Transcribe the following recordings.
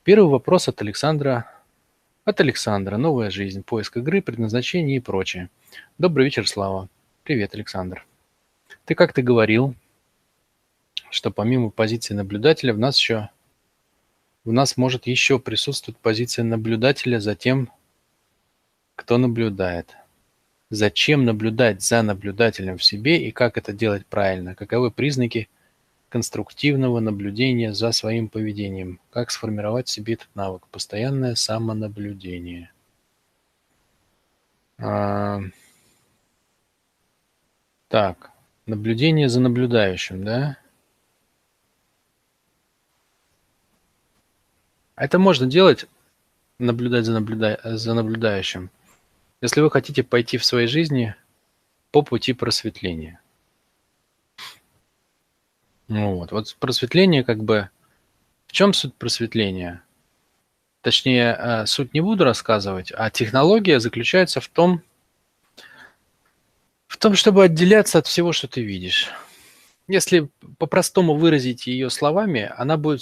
Первый вопрос от Александра. От Александра. Новая жизнь, поиск игры, предназначение и прочее. Добрый вечер, Слава. Привет, Александр. Ты как-то говорил, что помимо позиции наблюдателя в нас может еще присутствовать позиция наблюдателя за тем, кто наблюдает. Зачем наблюдать за наблюдателем в себе и как это делать правильно? Каковы признаки конструктивного наблюдения за своим поведением? Как сформировать в себе этот навык? Постоянное самонаблюдение. А, Так, наблюдение за наблюдающим, да? Это можно делать, наблюдать за наблюдающим, если вы хотите пойти в своей жизни по пути просветления. Ну вот просветление как бы... В чем суть просветления? Точнее, суть не буду рассказывать, а технология заключается в том, чтобы отделяться от всего, что ты видишь. Если по-простому выразить ее словами, она будет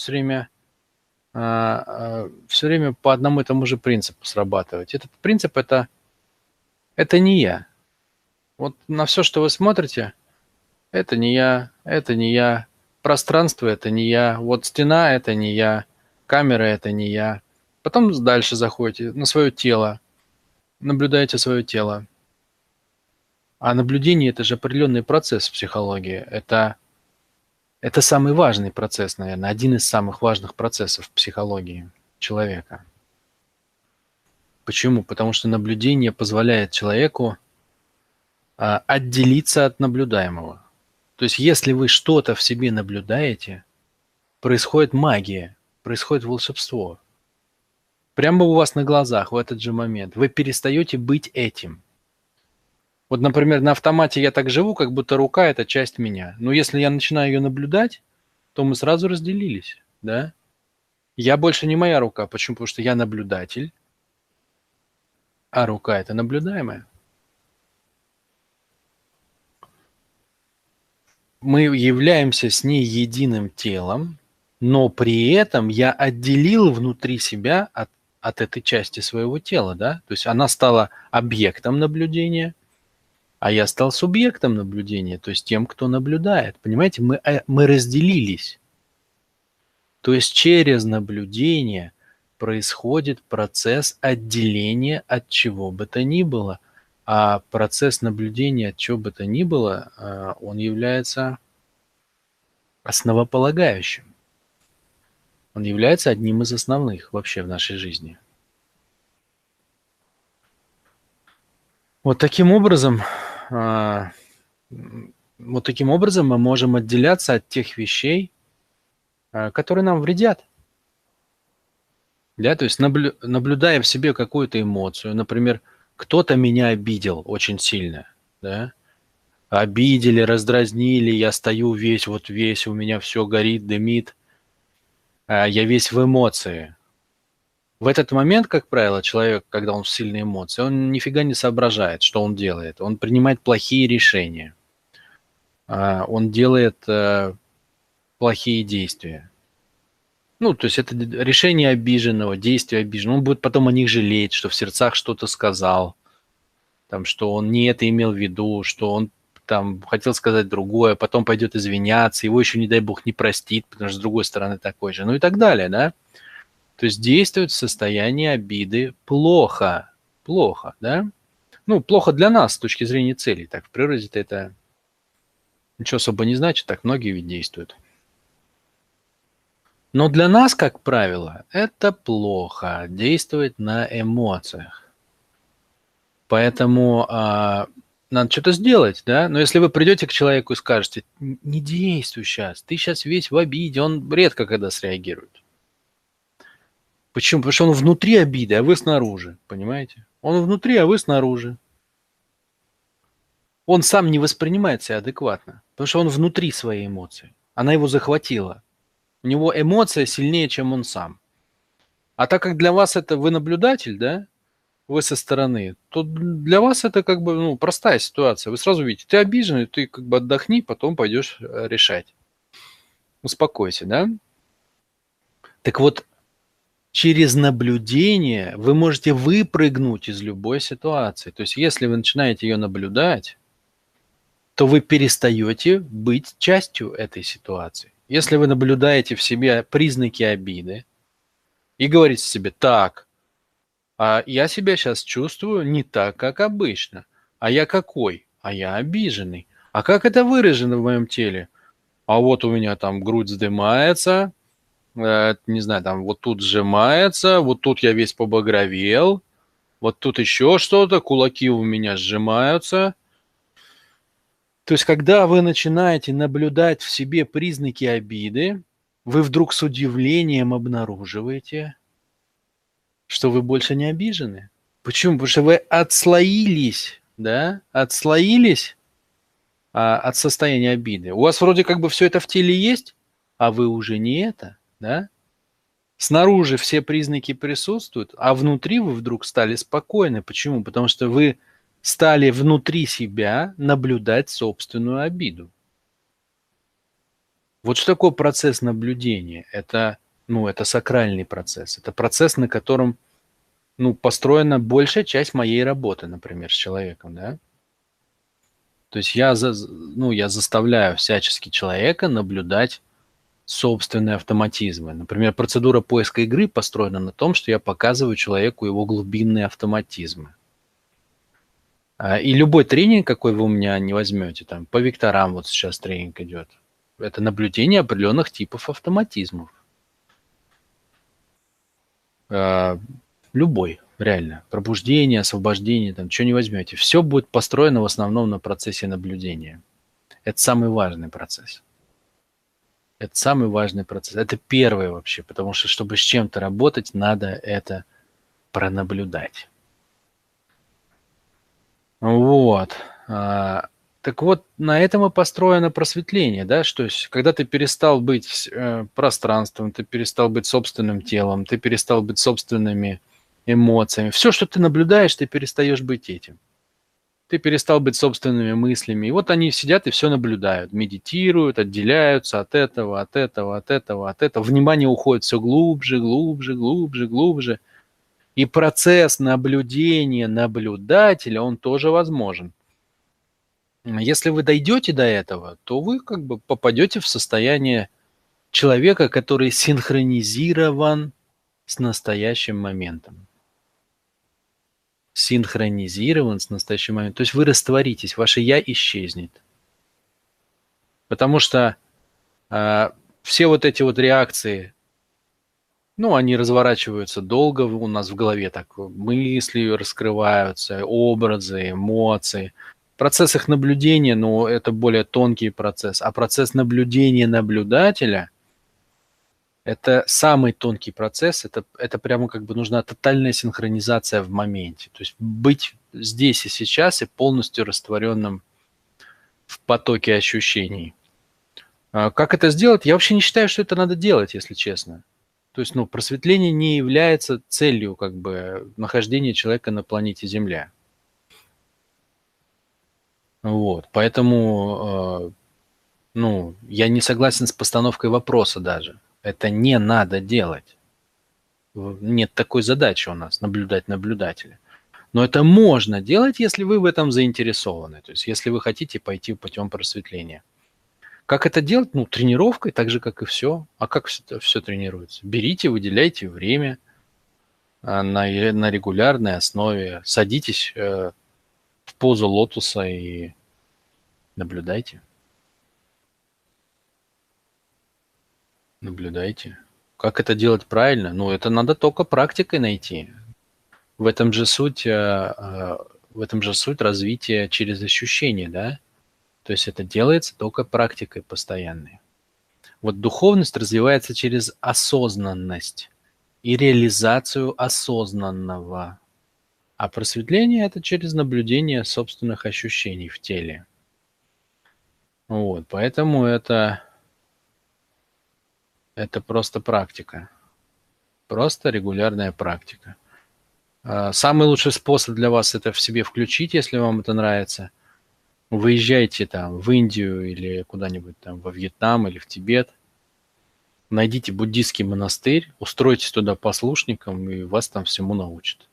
все время по одному и тому же принципу срабатывать. Этот принцип это не я. Вот на все, что вы смотрите, это не я, это не я, пространство это не я, вот стена это не я, камера это не я. Потом дальше заходите на свое тело, наблюдаете свое тело. А наблюдение это же определенный процесс в психологии. Это самый важный процесс, наверное, один из самых важных процессов в психологии человека. Почему? Потому что наблюдение позволяет человеку отделиться от наблюдаемого. То есть если вы что-то в себе наблюдаете, происходит магия, происходит волшебство. Прямо у вас на глазах в этот же момент. Вы перестаете быть этим. Вот, например, на автомате я так живу, как будто рука – это часть меня. Но если я начинаю ее наблюдать, то мы сразу разделились, да? Я больше не моя рука. Почему? Потому что я наблюдатель, а рука – это наблюдаемая. Мы являемся с ней единым телом, но при этом я отделил внутри себя от этой части своего тела, да? То есть она стала объектом наблюдения, а я стал субъектом наблюдения, то есть тем, кто наблюдает. Понимаете, мы разделились. То есть через наблюдение происходит процесс отделения от чего бы то ни было. А процесс наблюдения от чего бы то ни было, он является основополагающим. Он является одним из основных вообще в нашей жизни. Вот таким образом, а, вот таким образом мы можем отделяться от тех вещей, которые нам вредят. Да, то есть наблюдая в себе какую-то эмоцию, например, кто-то меня обидел очень сильно, да, обидели, раздразнили, я стою весь, у меня все горит, дымит, я весь в эмоции. В этот момент, как правило, человек, когда он в сильной эмоции, он нифига не соображает, что он делает. Он принимает плохие решения, он делает плохие действия. Ну, то есть это решение обиженного, действие обиженного. Он будет потом о них жалеть, что в сердцах что-то сказал, там, что он не это имел в виду, что он там хотел сказать другое, потом пойдет извиняться, его еще, не дай бог, не простит, потому что с другой стороны такой же, ну и так далее, да. То есть действует в состоянии обиды плохо, плохо, да. Ну, плохо для нас с точки зрения целей. Так, в природе-то это ничего особо не значит, так многие ведь действуют. Но для нас, как правило, это плохо действовать на эмоциях. Поэтому надо что-то сделать, да. Но если вы придете к человеку и скажете, не действуй сейчас, ты сейчас весь в обиде, он редко когда среагирует. Почему? Потому что он внутри обиды, а вы снаружи, понимаете? Он внутри, а вы снаружи. Он сам не воспринимает себя адекватно, потому что он внутри своей эмоции. Она его захватила. У него эмоция сильнее, чем он сам. А так как для вас это вы наблюдатель, да, вы со стороны, то для вас это как бы простая ситуация. Вы сразу видите, ты обиженный, ты как бы отдохни, потом пойдешь решать. Успокойся, да? Так вот, через наблюдение вы можете выпрыгнуть из любой ситуации. То есть если вы начинаете ее наблюдать, то вы перестаете быть частью этой ситуации. Если вы наблюдаете в себе признаки обиды и говорите себе: так, а я себя сейчас чувствую не так, как обычно. А я какой? А я обиженный. А как это выражено в моем теле? А вот у меня там грудь вздымается, не знаю, там вот тут сжимается, вот тут я весь побагровел, вот тут еще что-то, кулаки у меня сжимаются. То есть, когда вы начинаете наблюдать в себе признаки обиды, вы вдруг с удивлением обнаруживаете, что вы больше не обижены. Почему? Потому что вы отслоились, да, отслоились от состояния обиды. У вас вроде как бы все это в теле есть, а вы уже не это, да? Снаружи все признаки присутствуют, а внутри вы вдруг стали спокойны. Почему? Потому что вы стали внутри себя наблюдать собственную обиду. Вот что такое процесс наблюдения? Это, ну, это сакральный процесс. Это процесс, на котором, ну, построена большая часть моей работы, например, с человеком, да? То есть я заставляю всячески человека наблюдать собственные автоматизмы. Например, процедура поиска игры построена на том, что я показываю человеку его глубинные автоматизмы. И любой тренинг, какой вы у меня не возьмете, там по векторам вот сейчас тренинг идет, это наблюдение определенных типов автоматизмов. Любой, реально. Пробуждение, освобождение, там, что не возьмете. Все будет построено в основном на процессе наблюдения. Это самый важный процесс. Это самый важный процесс. Это первый вообще, потому что, чтобы с чем-то работать, надо это пронаблюдать. Вот. Так вот, на этом и построено просветление, да, что есть, когда ты перестал быть пространством, ты перестал быть собственным телом, ты перестал быть собственными эмоциями. Все, что ты наблюдаешь, ты перестаешь быть этим. Ты перестал быть собственными мыслями. И вот они сидят и все наблюдают, медитируют, отделяются от этого, от этого, от этого, от этого. Внимание уходит все глубже, глубже, глубже, глубже. И процесс наблюдения наблюдателя, он тоже возможен. Если вы дойдете до этого, то вы как бы попадете в состояние человека, который синхронизирован с настоящим моментом. Синхронизирован с настоящим моментом. То есть вы растворитесь, ваше «я» исчезнет. Потому что все вот эти вот реакции, ну, они разворачиваются долго у нас в голове, так мысли раскрываются, образы, эмоции. Процесс их наблюдения, ну, это более тонкий процесс. А процесс наблюдения наблюдателя – это самый тонкий процесс. Это прямо как бы нужна тотальная синхронизация в моменте. То есть быть здесь и сейчас и полностью растворенным в потоке ощущений. Как это сделать? Я вообще не считаю, что это надо делать, если честно. То есть, ну, просветление не является целью как бы нахождения человека на планете Земля. Вот, поэтому, ну, я не согласен с постановкой вопроса даже. Это не надо делать. Нет такой задачи у нас наблюдать наблюдателя. Но это можно делать, если вы в этом заинтересованы. То есть, если вы хотите пойти путем просветления. Как это делать? Ну, тренировкой, так же, как и все. А как все тренируется? Берите, выделяйте время на регулярной основе, садитесь в позу лотоса и наблюдайте. Наблюдайте. Как это делать правильно? Ну, это надо только практикой найти. В этом же суть, развития через ощущение, да? То есть это делается только практикой постоянной. Вот духовность развивается через осознанность и реализацию осознанного. А просветление – это через наблюдение собственных ощущений в теле. Вот, поэтому это просто практика. Просто регулярная практика. Самый лучший способ для вас – это в себе включить, если вам это нравится. Выезжайте там в Индию или куда-нибудь там во Вьетнам или в Тибет. Найдите буддийский монастырь, устройтесь туда послушником, и вас там всему научат.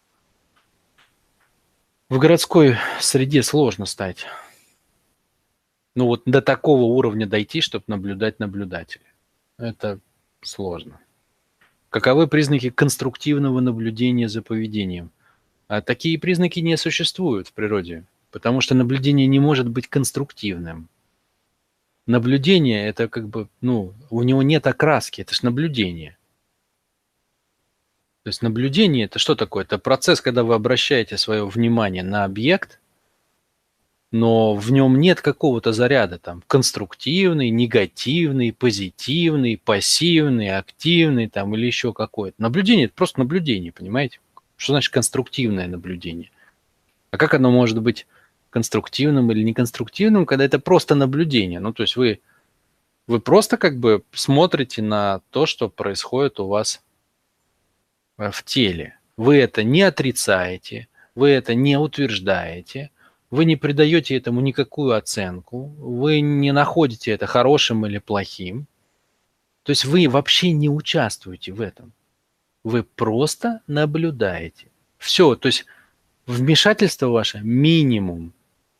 В городской среде сложно стать. Ну вот до такого уровня дойти, чтобы наблюдать наблюдателя. Это сложно. Каковы признаки конструктивного наблюдения за поведением? А такие признаки не существуют в природе, потому что наблюдение не может быть конструктивным. Наблюдение – это как бы, ну, у него нет окраски, это ж наблюдение. То есть наблюдение – это что такое? Это процесс, когда вы обращаете свое внимание на объект, но в нем нет какого-то заряда, там, конструктивный, негативный, позитивный, пассивный, активный, там, или еще какой-то. Наблюдение – это просто наблюдение, понимаете? Что значит конструктивное наблюдение? А как оно может быть конструктивным или неконструктивным, когда это просто наблюдение? Ну, то есть вы просто как бы смотрите на то, что происходит у вас в теле. Вы это не отрицаете, вы это не утверждаете, вы не придаете этому никакую оценку, вы не находите это хорошим или плохим. То есть вы вообще не участвуете в этом. Вы просто наблюдаете. Все, то есть вмешательство ваше минимум.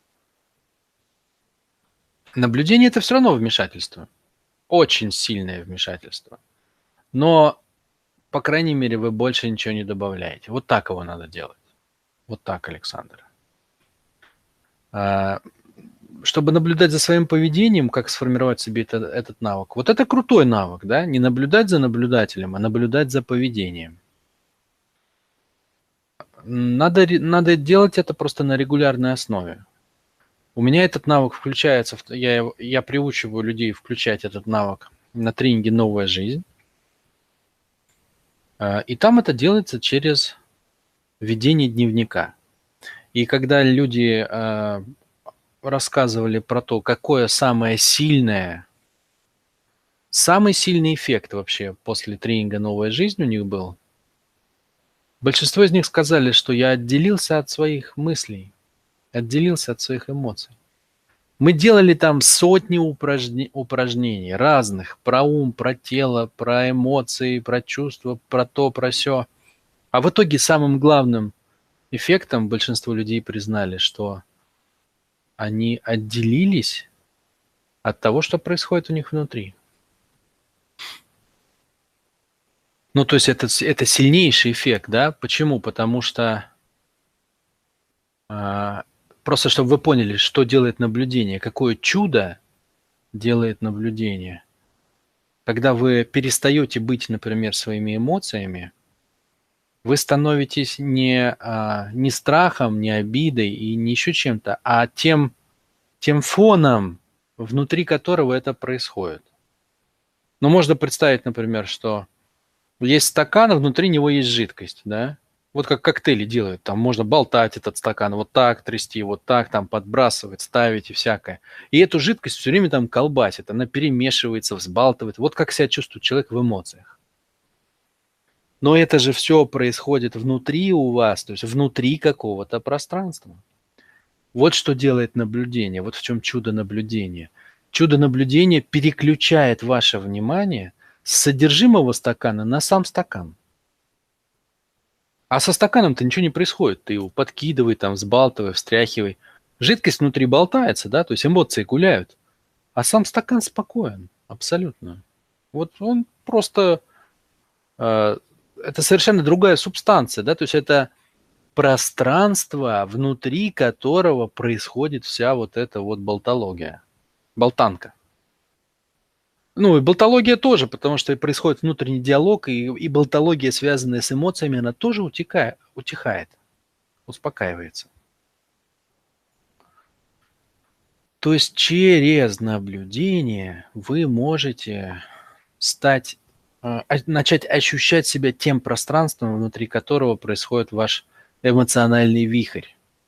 Наблюдение – это все равно вмешательство. Очень сильное вмешательство. Но, по крайней мере, вы больше ничего не добавляете. Вот так его надо делать. Вот так, Александр. А, Чтобы наблюдать за своим поведением, как сформировать себе этот навык. Вот это крутой навык, да? Не наблюдать за наблюдателем, а наблюдать за поведением. Надо делать это просто на регулярной основе. У меня этот навык включается, я приучиваю людей включать этот навык на тренинге «Новая жизнь». И там это делается через ведение дневника. И когда люди рассказывали про то, какое самый сильный эффект вообще после тренинга «Новая жизнь» у них был, большинство из них сказали, что я отделился от своих мыслей, отделился от своих эмоций. Мы делали там сотни упражнений разных, про ум, про тело, про эмоции, про чувства, про то, про сё. А в итоге самым главным эффектом большинство людей признали, что они отделились от того, что происходит у них внутри. Ну, то есть это сильнейший эффект, да? Почему? Потому что просто чтобы вы поняли, что делает наблюдение, какое чудо делает наблюдение. Когда вы перестаете быть, например, своими эмоциями, вы становитесь не страхом, не обидой и не еще чем-то, а тем фоном, внутри которого это происходит. Ну, можно представить, например, что есть стакан, а внутри него есть жидкость, да? Вот как коктейли делают, там можно болтать этот стакан, вот так трясти, вот так там подбрасывать, ставить и всякое. И эту жидкость все время там колбасит, она перемешивается, взбалтывает. Вот как себя чувствует человек в эмоциях. Но это же все происходит внутри у вас, то есть внутри какого-то пространства. Вот что делает наблюдение, вот в чем чудо наблюдения. Чудо наблюдения переключает ваше внимание с содержимого стакана на сам стакан. А со стаканом-то ничего не происходит. Ты его подкидывай, там, взбалтывай, встряхивай. Жидкость внутри болтается, да, то есть эмоции гуляют. А сам стакан спокоен, абсолютно. Вот он просто... это совершенно другая субстанция, да, то есть это пространство, внутри которого происходит вся вот эта вот болтология, болтанка. Ну и болтология тоже, потому что происходит внутренний диалог, и болтология, связанная с эмоциями, она тоже утихает, успокаивается. То есть через наблюдение вы можете начать ощущать себя тем пространством, внутри которого происходит ваш эмоциональный вихрь.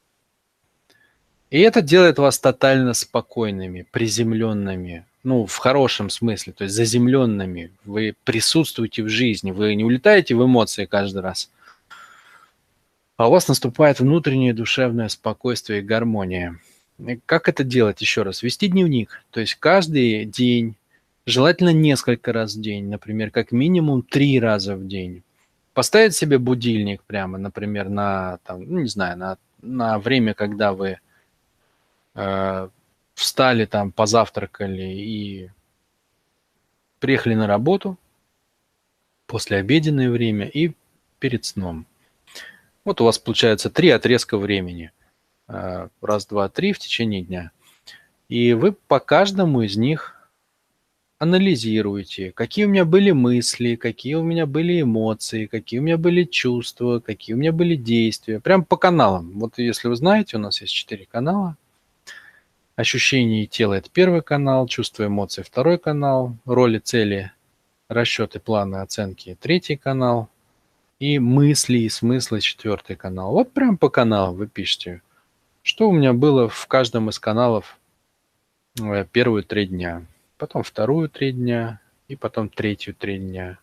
И это делает вас тотально спокойными, приземленными, ну, в хорошем смысле, то есть заземленными. Вы присутствуете в жизни, вы не улетаете в эмоции каждый раз, а у вас наступает внутреннее душевное спокойствие и гармония. И как это делать еще раз? Вести дневник, то есть каждый день Желательно несколько раз в день, например, как минимум 3 раза в день. Поставить себе будильник прямо, например, на там, ну, не знаю, на время, когда вы, э, встали, там, позавтракали и приехали на работу, послеобеденное время и перед сном. Вот у вас получается 3 отрезка времени. Раз, 2, 3 в течение дня. И вы по каждому из них анализируете, какие у меня были мысли, какие у меня были эмоции, какие у меня были чувства, какие у меня были действия. Прям по каналам. Вот если вы знаете, у нас есть 4 канала. Ощущения и тело– это первый канал, чувства, эмоции– второй канал, роли, цели, расчеты, планы, оценки– третий канал, и мысли и смыслы– четвертый канал. Вот прям по каналам вы пишете, что у меня было в каждом из каналов первые 3 дня, потом вторую 3 дня и потом третью 3 дня.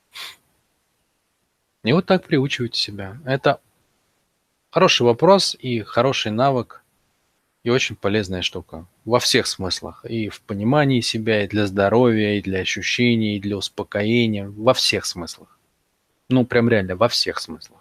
И вот так приучивайте себя. Это хороший вопрос и хороший навык, и очень полезная штука во всех смыслах. И в понимании себя, и для здоровья, и для ощущений, и для успокоения. Во всех смыслах. Ну, прям реально во всех смыслах.